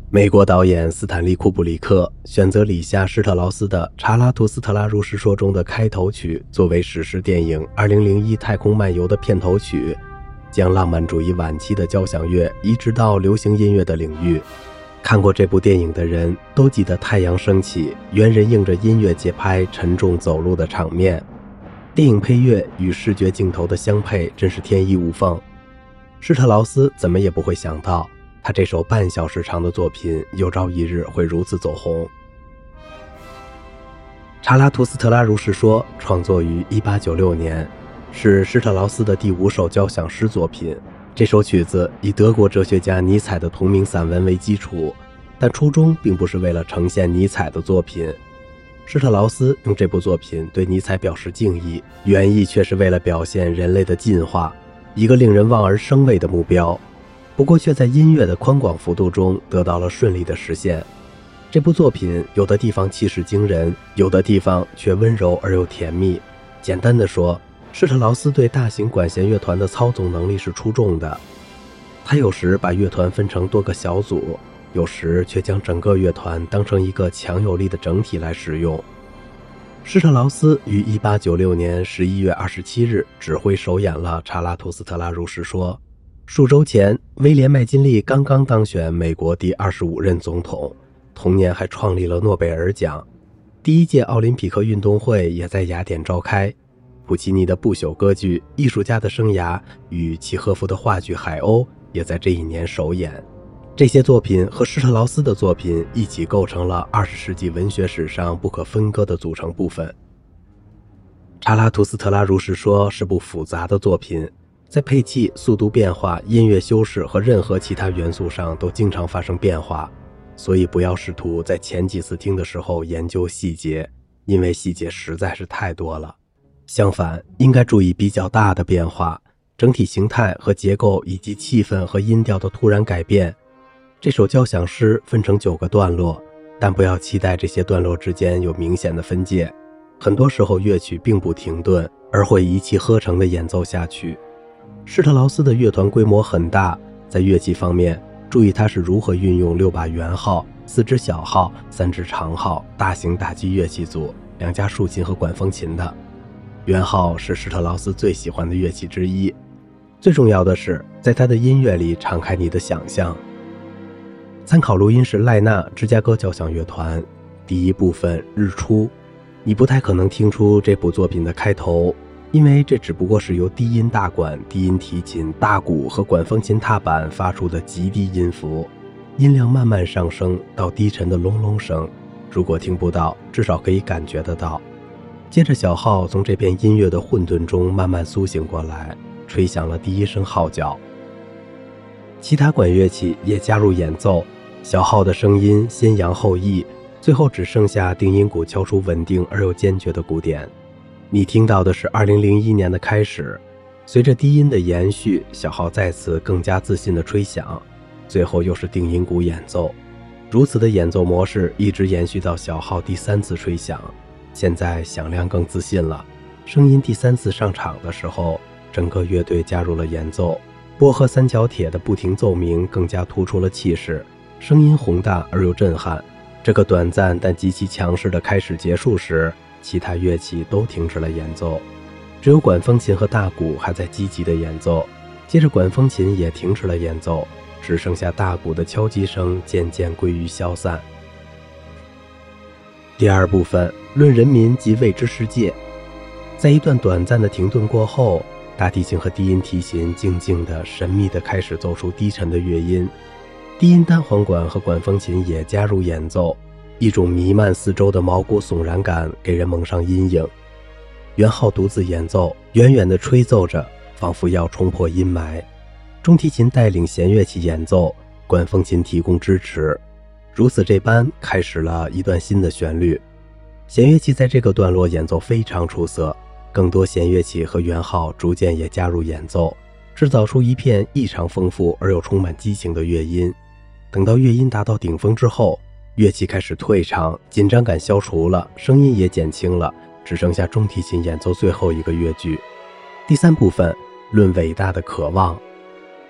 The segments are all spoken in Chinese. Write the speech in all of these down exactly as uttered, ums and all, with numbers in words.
美国导演斯坦利·库布里克选择里夏·施特劳斯的《查拉图斯特拉如是说》中的开头曲作为史诗电影《二零零一太空漫游》的片头曲，将浪漫主义晚期的交响乐移植到流行音乐的领域。看过这部电影的人都记得太阳升起，猿人应着音乐节拍沉重走路的场面。电影配乐与视觉镜头的相配真是天衣无缝。施特劳斯怎么也不会想到，他这首半小时长的作品有朝一日会如此走红。查拉图斯特拉如是说创作于一八九六年，是施特劳斯的第五首交响诗作品。这首曲子以德国哲学家尼采的同名散文为基础，但初衷并不是为了呈现尼采的作品。施特劳斯用这部作品对尼采表示敬意，原意却是为了表现人类的进化，一个令人望而生畏的目标，不过却在音乐的宽广幅度中得到了顺利的实现。这部作品有的地方气势惊人，有的地方却温柔而又甜蜜。简单的说，施特劳斯对大型管弦乐团的操纵能力是出众的，他有时把乐团分成多个小组，有时却将整个乐团当成一个强有力的整体来使用。施特劳斯于一八九六年十一月二十七日指挥首演了查拉图斯特拉如是说。数周前，威廉麦金利刚刚当选美国第二十五任总统，同年还创立了诺贝尔奖。第一届奥林匹克运动会也在雅典召开。普契尼的不朽歌剧《艺术家的生涯》与契诃夫的话剧《海鸥》也在这一年首演。这些作品和施特劳斯的作品一起构成了二十世纪文学史上不可分割的组成部分。查拉图斯特拉如是说是部复杂的作品，在配器、速度变化、音乐修饰和任何其他元素上都经常发生变化，所以不要试图在前几次听的时候研究细节，因为细节实在是太多了。相反，应该注意比较大的变化，整体形态和结构以及气氛和音调的突然改变。这首交响诗分成九个段落，但不要期待这些段落之间有明显的分界。很多时候乐曲并不停顿，而会一气呵成地演奏下去。施特劳斯的乐团规模很大，在乐器方面，注意他是如何运用六把圆号、四支小号、三支长号、大型打击乐器组、两架竖琴和管风琴的。圆号是施特劳斯最喜欢的乐器之一。最重要的是，在他的音乐里敞开你的想象。参考录音是赖纳芝加哥交响乐团。第一部分日出，你不太可能听出这部作品的开头，因为这只不过是由低音大管、低音提琴、大鼓和管风琴踏板发出的极低音符，音量慢慢上升到低沉的隆隆声，如果听不到，至少可以感觉得到。接着小号从这片音乐的混沌中慢慢苏醒过来，吹响了第一声号角。其他管乐器也加入演奏，小号的声音先扬后抑，最后只剩下定音鼓敲出稳定而又坚决的鼓点。你听到的是二零零一年的开始，随着低音的延续，小号再次更加自信地吹响，最后又是定音鼓演奏。如此的演奏模式一直延续到小号第三次吹响，现在响亮更自信了。声音第三次上场的时候，整个乐队加入了演奏，波赫三角铁的不停奏鸣更加突出了气势，声音宏大而又震撼。这个短暂但极其强势的开始结束时，其他乐器都停止了演奏，只有管风琴和大鼓还在积极的演奏，接着管风琴也停止了演奏，只剩下大鼓的敲击声渐渐归于消散。第二部分论人民及未知世界。在一段短暂的停顿过后，大提琴和低音提琴静静地神秘地开始奏出低沉的乐音，低音单簧管和管风琴也加入演奏，一种弥漫四周的毛骨悚然感给人蒙上阴影。圆号独自演奏，远远地吹奏着，仿佛要冲破阴霾。中提琴带领弦乐器演奏，管风琴提供支持，如此这般开始了一段新的旋律。弦乐器在这个段落演奏非常出色，更多弦乐器和圆号逐渐也加入演奏，制造出一片异常丰富而又充满激情的乐音。等到乐音达到顶峰之后，乐器开始退场，紧张感消除了，声音也减轻了，只剩下中提琴演奏最后一个乐句。第三部分论伟大的渴望。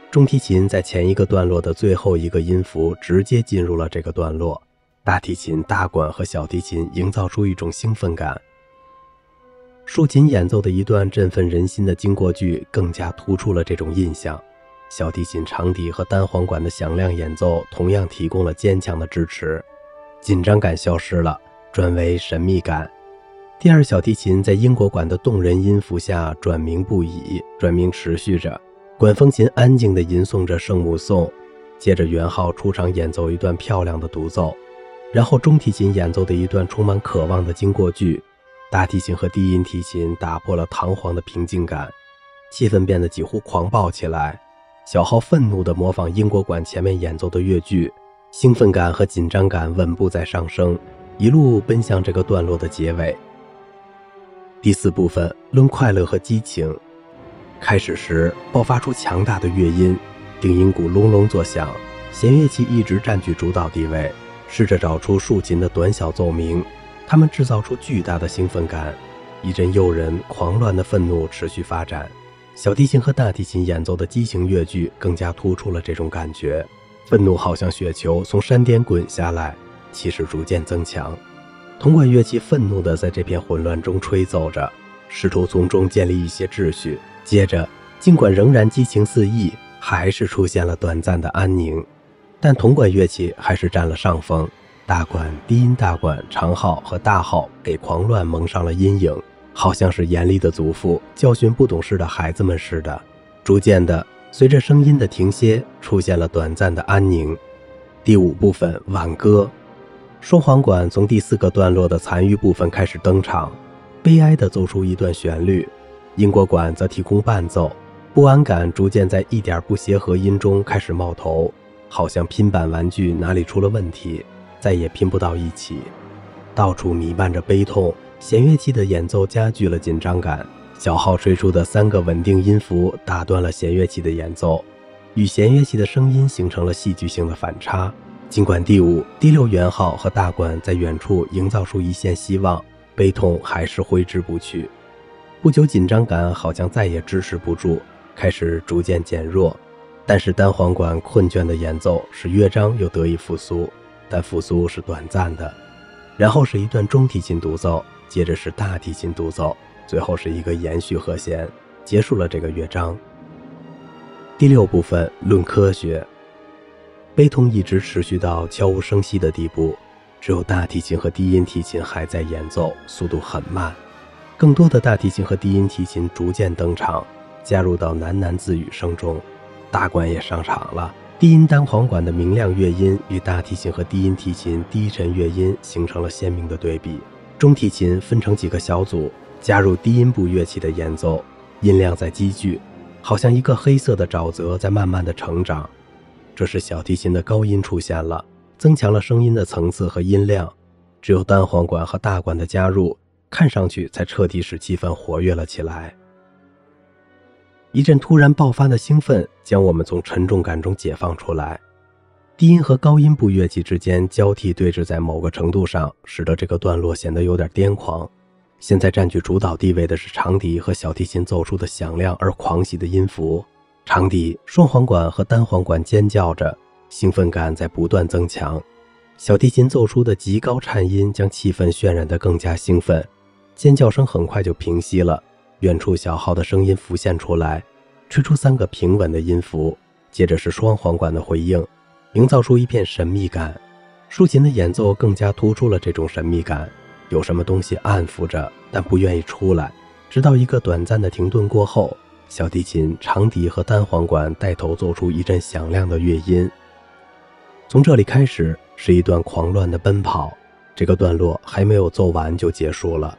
中提琴在前一个段落的最后一个音符直接进入了这个段落，大提琴、大管和小提琴营造出一种兴奋感。竖琴演奏的一段振奋人心的经过句更加突出了这种印象。小提琴、长笛和单簧管的响亮演奏同样提供了坚强的支持，紧张感消失了，转为神秘感。第二小提琴在英国管的动人音符下转鸣不已，转鸣持续着。管风琴安静地吟诵着圣母颂，接着元号出场演奏一段漂亮的独奏，然后中提琴演奏的一段充满渴望的经过句，大提琴和低音提琴打破了堂皇的平静感，气氛变得几乎狂暴起来。小号愤怒地模仿英国管前面演奏的乐句，兴奋感和紧张感稳步在上升，一路奔向这个段落的结尾。第四部分论快乐和激情。开始时爆发出强大的乐音，定音鼓隆隆作响，弦乐器一直占据主导地位，试着找出竖琴的短小奏鸣，它们制造出巨大的兴奋感，一阵诱人狂乱的愤怒持续发展。小提琴和大提琴演奏的激情乐句更加突出了这种感觉，愤怒好像雪球从山巅滚下来，气势逐渐增强。铜管乐器愤怒地在这片混乱中吹奏着，试图从中建立一些秩序。接着，尽管仍然激情四溢，还是出现了短暂的安宁，但铜管乐器还是占了上风。大管、低音大管、长号和大号给狂乱蒙上了阴影，好像是严厉的祖父教训不懂事的孩子们似的。逐渐的，随着声音的停歇，出现了短暂的安宁。第五部分挽歌，双簧管从第四个段落的残余部分开始登场，悲哀地奏出一段旋律。英国管则提供伴奏，不安感逐渐在一点不协和音中开始冒头，好像拼板玩具哪里出了问题，再也拼不到一起。到处弥漫着悲痛，弦乐器的演奏加剧了紧张感，小号吹出的三个稳定音符打断了弦乐器的演奏，与弦乐器的声音形成了戏剧性的反差。尽管第五、第六圆号和大管在远处营造出一线希望，悲痛还是挥之不去。不久，紧张感好像再也支持不住，开始逐渐减弱。但是单簧管困倦的演奏使乐章又得以复苏，但复苏是短暂的。然后是一段中提琴独奏，接着是大提琴独奏，最后是一个延续和弦，结束了这个乐章。第六部分论科学。悲痛一直持续到悄无声息的地步，只有大提琴和低音提琴还在演奏，速度很慢。更多的大提琴和低音提琴逐渐登场，加入到喃喃自语声中。大管也上场了，低音单簧管的明亮乐音与大提琴和低音提琴低沉乐音形成了鲜明的对比。中提琴分成几个小组，加入低音部乐器的演奏，音量在积聚，好像一个黑色的沼泽在慢慢的成长。这时小提琴的高音出现了，增强了声音的层次和音量，只有单簧管和大管的加入，看上去才彻底使气氛活跃了起来。一阵突然爆发的兴奋将我们从沉重感中解放出来，低音和高音部乐器之间交替对峙，在某个程度上使得这个段落显得有点癫狂。现在占据主导地位的是长笛和小提琴奏出的响亮而狂喜的音符，长笛、双簧管和单簧管尖叫着，兴奋感在不断增强。小提琴奏出的极高颤音将气氛渲染得更加兴奋，尖叫声很快就平息了，远处小号的声音浮现出来，吹出三个平稳的音符，接着是双簧管的回应，营造出一片神秘感。竖琴的演奏更加突出了这种神秘感，有什么东西暗伏着，但不愿意出来。直到一个短暂的停顿过后，小提琴、长笛和单簧管带头奏出一阵响亮的乐音。从这里开始是一段狂乱的奔跑，这个段落还没有奏完就结束了。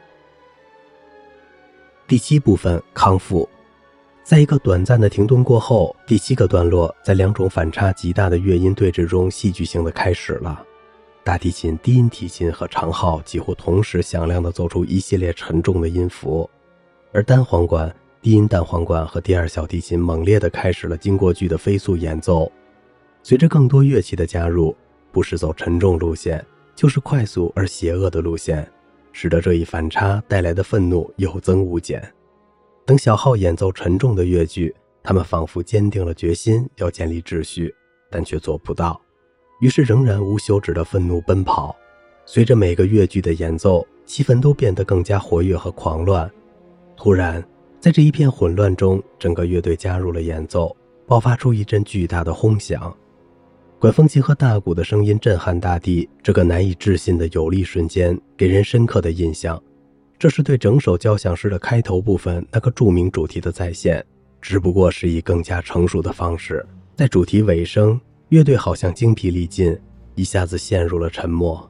第七部分康复。在一个短暂的停顿过后，第七个段落在两种反差极大的乐音对峙中戏剧性的开始了。大提琴、低音提琴和长号几乎同时响亮地奏出一系列沉重的音符，而单簧管、低音单簧管和第二小提琴猛烈地开始了经过句的飞速演奏。随着更多乐器的加入，不是走沉重路线，就是快速而邪恶的路线，使得这一反差带来的愤怒有增无减。等小号演奏沉重的乐句， 他们仿佛坚定了决心要建立秩序，但却做不到，于是仍然无休止的愤怒奔跑。随着每个乐句的演奏，气氛都变得更加活跃和狂乱。突然，在这一片混乱中，整个乐队加入了演奏，爆发出一阵巨大的轰响。管风琴和大鼓的声音震撼大地，这个难以置信的有力瞬间给人深刻的印象。这是对整首交响诗的开头部分那个著名主题的再现，只不过是以更加成熟的方式。在主题尾声，乐队好像精疲力尽，一下子陷入了沉默。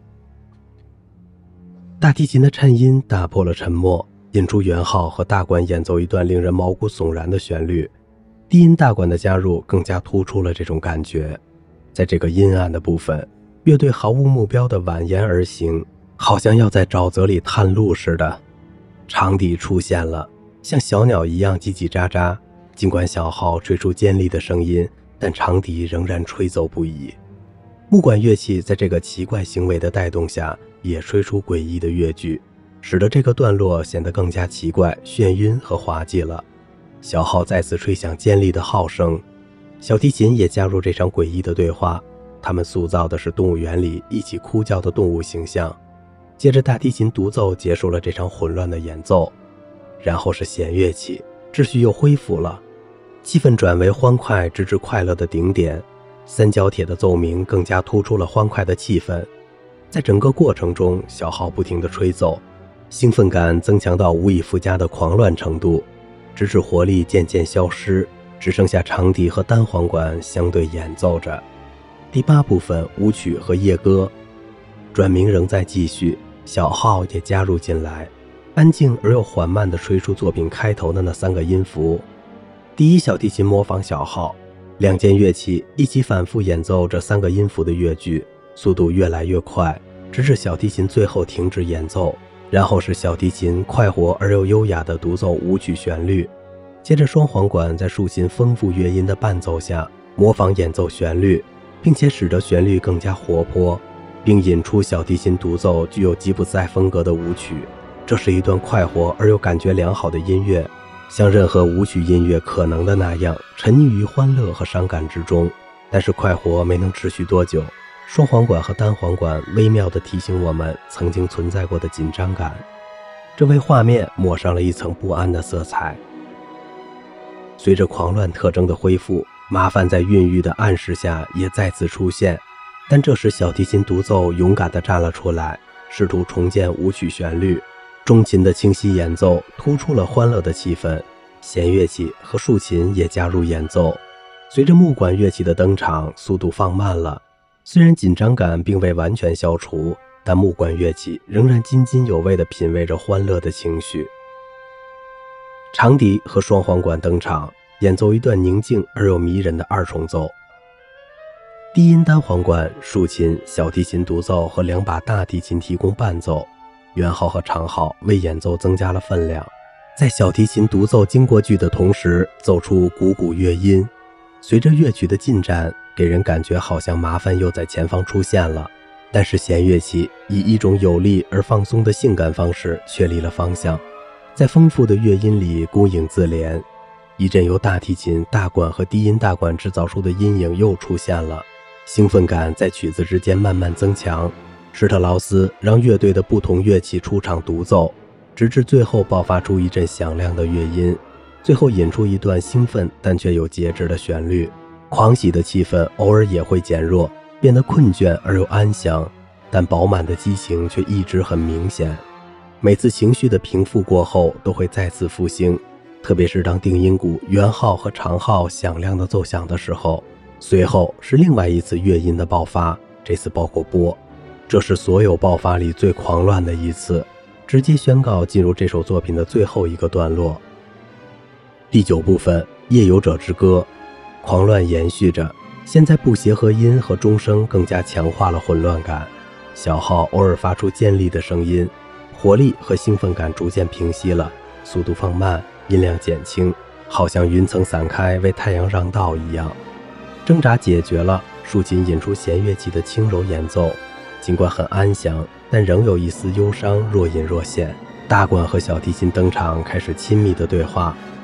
大提琴的颤音打破了沉默，引出圆号和大管演奏一段令人毛骨悚然的旋律。低音大管的加入更加突出了这种感觉。在这个阴暗的部分，乐队毫无目标地蜿蜒而行，好像要在沼泽里探路似的。长笛出现了，像小鸟一样叽叽喳喳，尽管小号吹出尖利的声音，但长笛仍然吹奏不已。木管乐器在这个奇怪行为的带动下，也吹出诡异的乐句，使得这个段落显得更加奇怪、眩晕和滑稽了。小号再次吹响尖利的号声，小提琴也加入这场诡异的对话，他们塑造的是动物园里一起哭叫的动物形象。接着大提琴独奏结束了这场混乱的演奏，然后是弦乐器，秩序又恢复了，气氛转为欢快直至快乐的顶点。三角铁的奏鸣更加突出了欢快的气氛。在整个过程中，小号不停地吹奏，兴奋感增强到无以复加的狂乱程度，直至活力渐渐消失，只剩下长笛和单簧管相对演奏着。第八部分舞曲和夜歌，转鸣仍在继续，小号也加入进来，安静而又缓慢地吹出作品开头的那三个音符。第一小提琴模仿小号，两件乐器一起反复演奏这三个音符的乐句，速度越来越快，直至小提琴最后停止演奏。然后是小提琴快活而又优雅地独奏舞曲旋律，接着双簧管在竖琴丰富乐音的伴奏下模仿演奏旋律，并且使得旋律更加活泼，并引出小提琴独奏具有吉普赛风格的舞曲。这是一段快活而又感觉良好的音乐，像任何舞曲音乐可能的那样沉溺于欢乐和伤感之中。但是快活没能持续多久，双簧管和单簧管微妙地提醒我们曾经存在过的紧张感，这为画面抹上了一层不安的色彩。随着狂乱特征的恢复，麻烦在孕育的暗示下也再次出现，但这时小提琴独奏勇敢地站了出来，试图重建舞曲旋律。中琴的清晰演奏突出了欢乐的气氛，弦乐器和竖琴也加入演奏。随着木管乐器的登场，速度放慢了，虽然紧张感并未完全消除，但木管乐器仍然津津有味地品味着欢乐的情绪。长笛和双簧管登场，演奏一段宁静而又迷人的二重奏。低音单簧管、竖琴、小提琴独奏和两把大提琴提供伴奏，圆号和长号为演奏增加了分量。在小提琴独奏经过句的同时，奏出汩汩乐音。随着乐曲的进展，给人感觉好像麻烦又在前方出现了，但是弦乐器以一种有力而放松的性感方式确立了方向，在丰富的乐音里孤影自怜。一阵由大提琴、大管和低音大管制造出的阴影又出现了，兴奋感在曲子之间慢慢增强。施特劳斯让乐队的不同乐器出场独奏，直至最后爆发出一阵响亮的乐音，最后引出一段兴奋但却有节制的旋律。狂喜的气氛偶尔也会减弱，变得困倦而又安详，但饱满的激情却一直很明显。每次情绪的平复过后都会再次复兴，特别是当定音鼓、圆号和长号响亮的奏响的时候，随后是另外一次乐音的爆发，这次包括波，这是所有爆发里最狂乱的一次，直接宣告进入这首作品的最后一个段落。第九部分夜游者之歌，狂乱延续着，现在不协和音和钟声更加强化了混乱感，小号偶尔发出尖利的声音，活力和兴奋感逐渐平息了，速度放慢，音量减轻，好像云层散开为太阳让道一样。挣扎解决了，竖琴引出弦乐器的轻柔演奏，尽管很安详，但仍有一丝忧伤若隐若现。大管和小提琴登场，开始亲密的对话，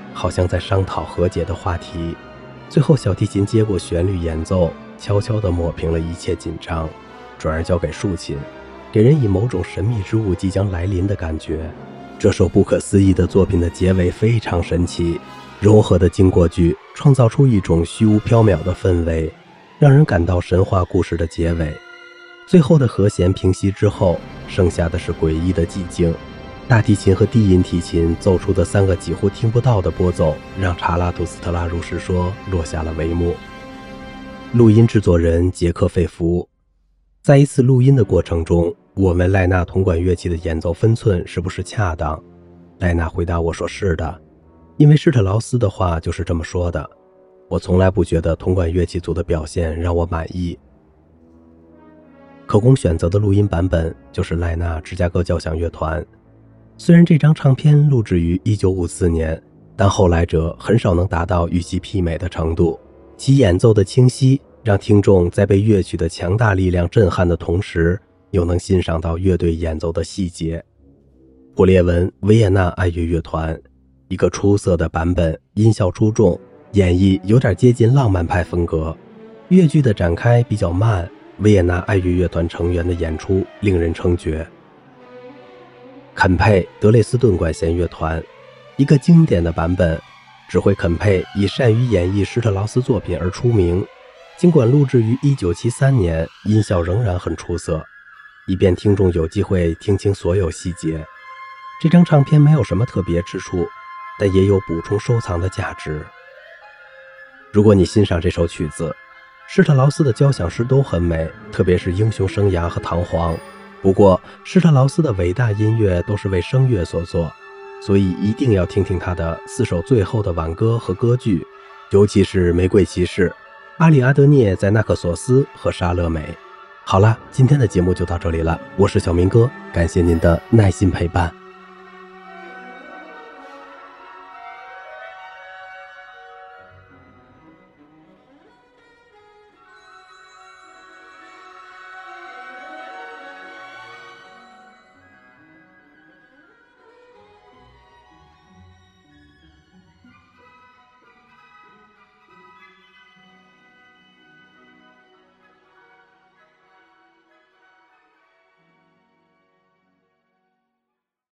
好像在商讨和解的话题。最后小提琴接过旋律演奏，悄悄地抹平了一切紧张，转而交给竖琴，给人以某种神秘之物即将来临的感觉。这首不可思议的作品的结尾非常神奇，柔和的经过句创造出一种虚无缥缈的氛围，让人感到神话故事的结尾。最后的和弦平息之后，剩下的是诡异的寂静。大提琴和低音提琴奏出的三个几乎听不到的拨奏，让查拉图斯特拉如是说落下了帷幕。录音制作人杰克费弗。在一次录音的过程中，我问赖纳铜管乐器的演奏分寸是不是恰当。赖纳回答我说是的，因为施特劳斯的话就是这么说的。我从来不觉得铜管乐器组的表现让我满意。可供选择的录音版本就是赖纳芝加哥交响乐团。虽然这张唱片录制于一九五四年，但后来者很少能达到与其媲美的程度。其演奏的清晰，让听众在被乐曲的强大力量震撼的同时，又能欣赏到乐队演奏的细节。普列文维也纳爱乐乐团，一个出色的版本，音效出众，演绎有点接近浪漫派风格。乐句的展开比较慢，维也纳爱乐乐团成员的演出令人称绝。肯佩德累斯顿管弦乐团，一个经典的版本，指挥肯佩以善于演绎施特劳斯作品而出名。尽管录制于一九七三年，音效仍然很出色，以便听众有机会听清所有细节。这张唱片没有什么特别之处，但也有补充收藏的价值。如果你欣赏这首曲子，施特劳斯的交响诗都很美，特别是《英雄生涯》和《唐璜》。不过施特劳斯的伟大音乐都是为声乐所做，所以一定要听听他的四首最后的挽歌和歌剧，尤其是《玫瑰骑士》、阿里阿德涅在纳克索斯和莎乐美。好了，今天的节目就到这里了，我是小明哥，感谢您的耐心陪伴。